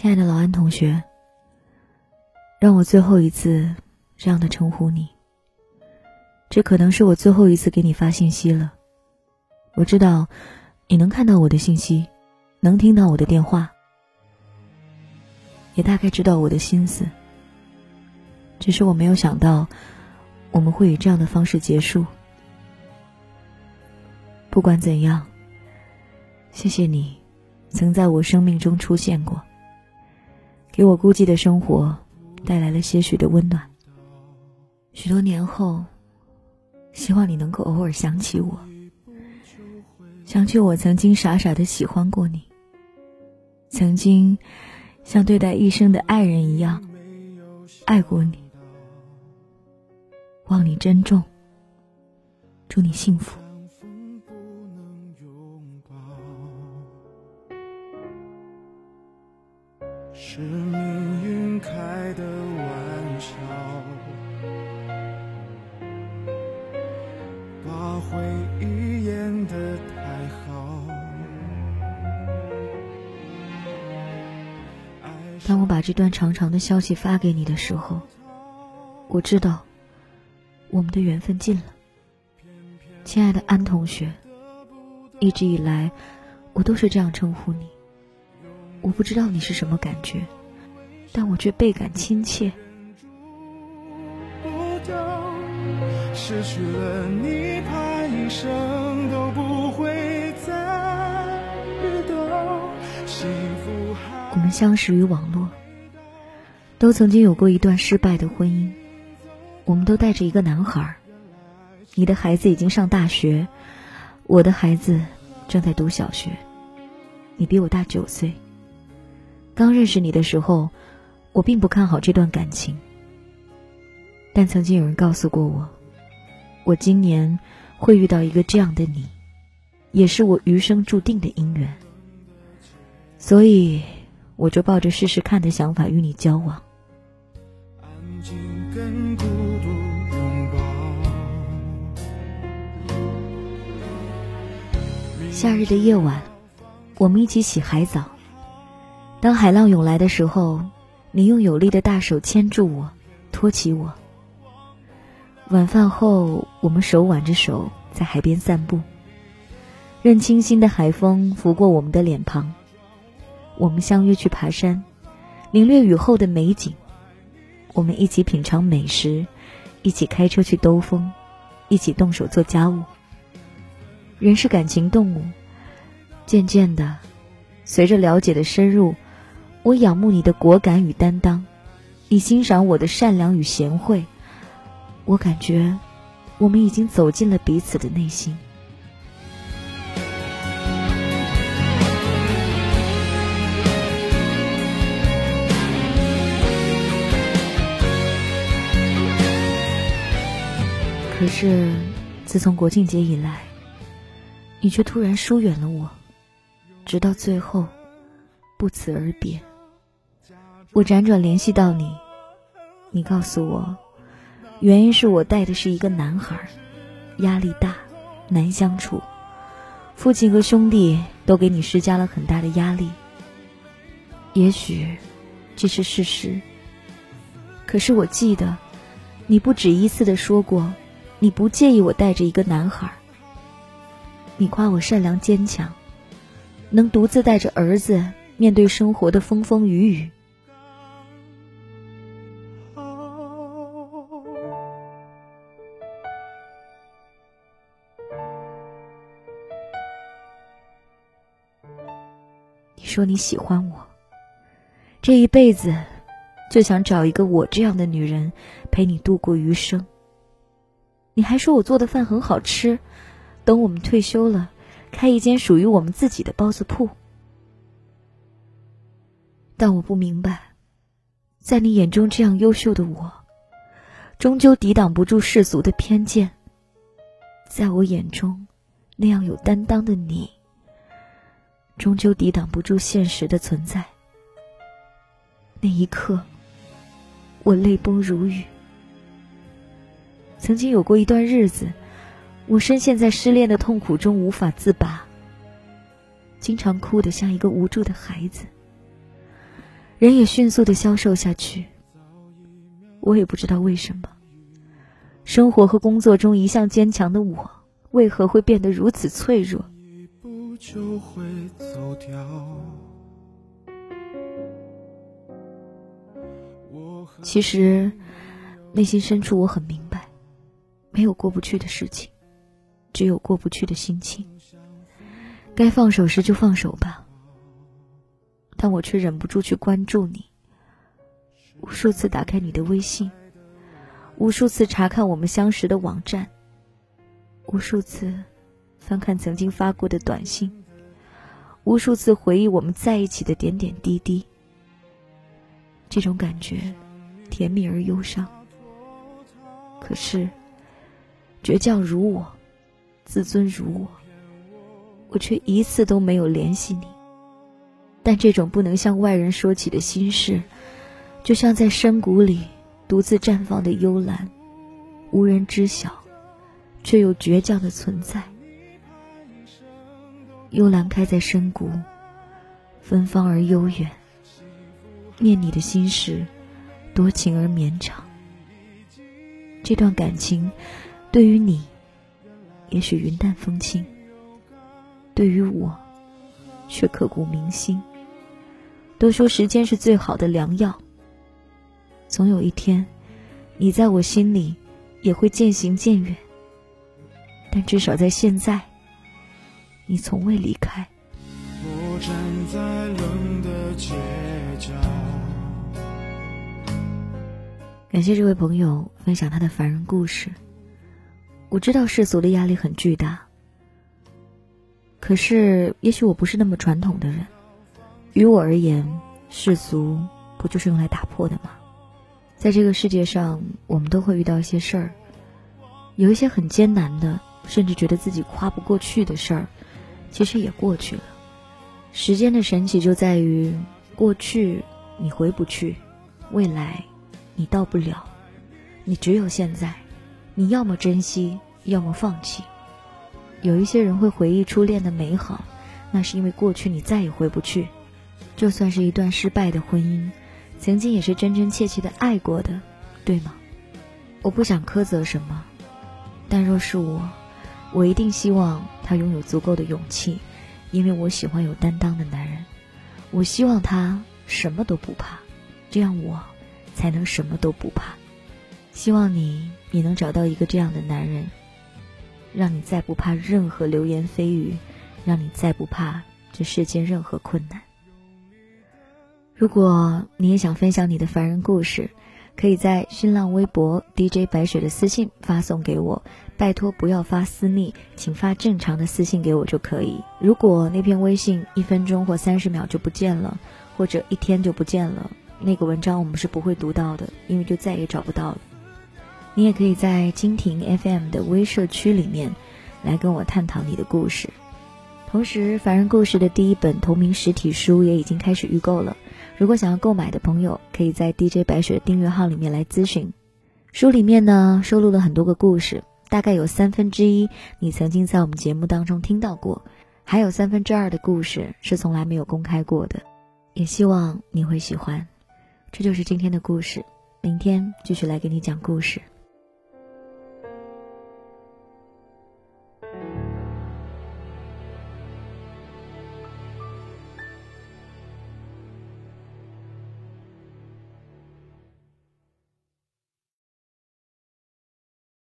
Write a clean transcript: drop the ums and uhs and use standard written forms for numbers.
亲爱的老安同学，让我最后一次这样的称呼你。这可能是我最后一次给你发信息了。我知道你能看到我的信息，能听到我的电话，也大概知道我的心思。只是我没有想到我们会以这样的方式结束。不管怎样，谢谢你曾在我生命中出现过，给我孤寂的生活带来了些许的温暖。许多年后，希望你能够偶尔想起我，想起我曾经傻傻地喜欢过你，曾经像对待一生的爱人一样爱过你。望你珍重，祝你幸福。 是命运开的玩笑，把回忆演得太好。 当我把这段长长的消息发给你的时候，我知道我们的缘分尽了。亲爱的安同学，一直以来我都是这样称呼你。我不知道你是什么感觉，但我却倍感亲切。 失去了你，怕一生都不会再遇到幸福。 我们相识于网络，都曾经有过一段失败的婚姻。我们都带着一个男孩，你的孩子已经上大学，我的孩子正在读小学。你比我大9岁。刚认识你的时候，我并不看好这段感情，但曾经有人告诉过我，我今年会遇到一个这样的你，也是我余生注定的姻缘。所以我就抱着试试看的想法与你交往。 安静跟孤独拥抱。 夏日的夜晚，我们一起洗海澡。当海浪涌来的时候，你用有力的大手牵住我，托起我。晚饭后，我们手挽着手在海边散步，任清新的海风拂过我们的脸庞。我们相约去爬山，领略雨后的美景。我们一起品尝美食，一起开车去兜风，一起动手做家务。人是感情动物，渐渐的，随着了解的深入，我仰慕你的果敢与担当，你欣赏我的善良与贤惠。我感觉我们已经走进了彼此的内心。可是自从国庆节以来，你却突然疏远了我，直到最后不辞而别。我辗转联系到你，你告诉我，原因是我带的是一个男孩，压力大，难相处，父亲和兄弟都给你施加了很大的压力。也许这是事实，可是我记得你不止一次地说过，你不介意我带着一个男孩。你夸我善良坚强，能独自带着儿子面对生活的风风雨雨。你说你喜欢我，这一辈子就想找一个我这样的女人陪你度过余生。你还说我做的饭很好吃，等我们退休了，开一间属于我们自己的包子铺。但我不明白，在你眼中这样优秀的我，终究抵挡不住世俗的偏见。在我眼中，那样有担当的你，终究抵挡不住现实的存在。那一刻，我泪崩如雨。曾经有过一段日子，我深陷在失恋的痛苦中无法自拔，经常哭得像一个无助的孩子。 人也迅速地消瘦下去。我也不知道为什么，生活和工作中一向坚强的我，为何会变得如此脆弱？ 一步就会走掉。 其实内心深处我很明白，没有过不去的事情，只有过不去的心情。该放手时就放手吧，但我却忍不住去关注你，无数次打开你的微信，无数次查看我们相识的网站，无数次翻看曾经发过的短信，无数次回忆我们在一起的点点滴滴。这种感觉甜蜜而忧伤，可是倔强如我，自尊如我，我却一次都没有联系你。但这种不能向外人说起的心事，就像在深谷里独自绽放的幽兰，无人知晓，却又倔强的存在。幽兰开在深谷，芬芳而悠远，念你的心事，多情而绵长。这段感情对于你也许云淡风轻，对于我却刻骨铭心。都说时间是最好的良药，总有一天你在我心里也会渐行渐远，但至少在现在你从未离开。 我站在冷的街角。 感谢这位朋友分享他的凡人故事。我知道世俗的压力很巨大，可是也许我不是那么传统的人，于我而言，世俗不就是用来打破的吗？在这个世界上，我们都会遇到一些事儿，有一些很艰难的，甚至觉得自己跨不过去的事儿，其实也过去了。时间的神奇就在于，过去你回不去，未来你到不了，你只有现在，你要么珍惜，要么放弃。有一些人会回忆初恋的美好，那是因为过去你再也回不去。就算是一段失败的婚姻，曾经也是真真切切的爱过的，对吗？我不想苛责什么，但若是我一定希望他拥有足够的勇气，因为我喜欢有担当的男人。我希望他什么都不怕，这样我才能什么都不怕。希望你也能找到一个这样的男人，让你再不怕任何流言蜚语，让你再不怕这世间任何困难。如果你也想分享你的凡人故事，可以在新浪微博 DJ 白雪的私信发送给我，拜托不要发私密，请发正常的私信给我就可以。如果那篇微信1分钟或30秒就不见了，或者1天就不见了，那个文章我们是不会读到的，因为就再也找不到了。你也可以在蜻蜓 FM 的微社区里面来跟我探讨你的故事。同时凡人故事的第1本同名实体书也已经开始预购了，如果想要购买的朋友可以在 DJ 白雪的订阅号里面来咨询。书里面呢收录了很多个故事，大概有1/3你曾经在我们节目当中听到过，还有2/3的故事是从来没有公开过的，也希望你会喜欢。这就是今天的故事，明天继续来给你讲故事。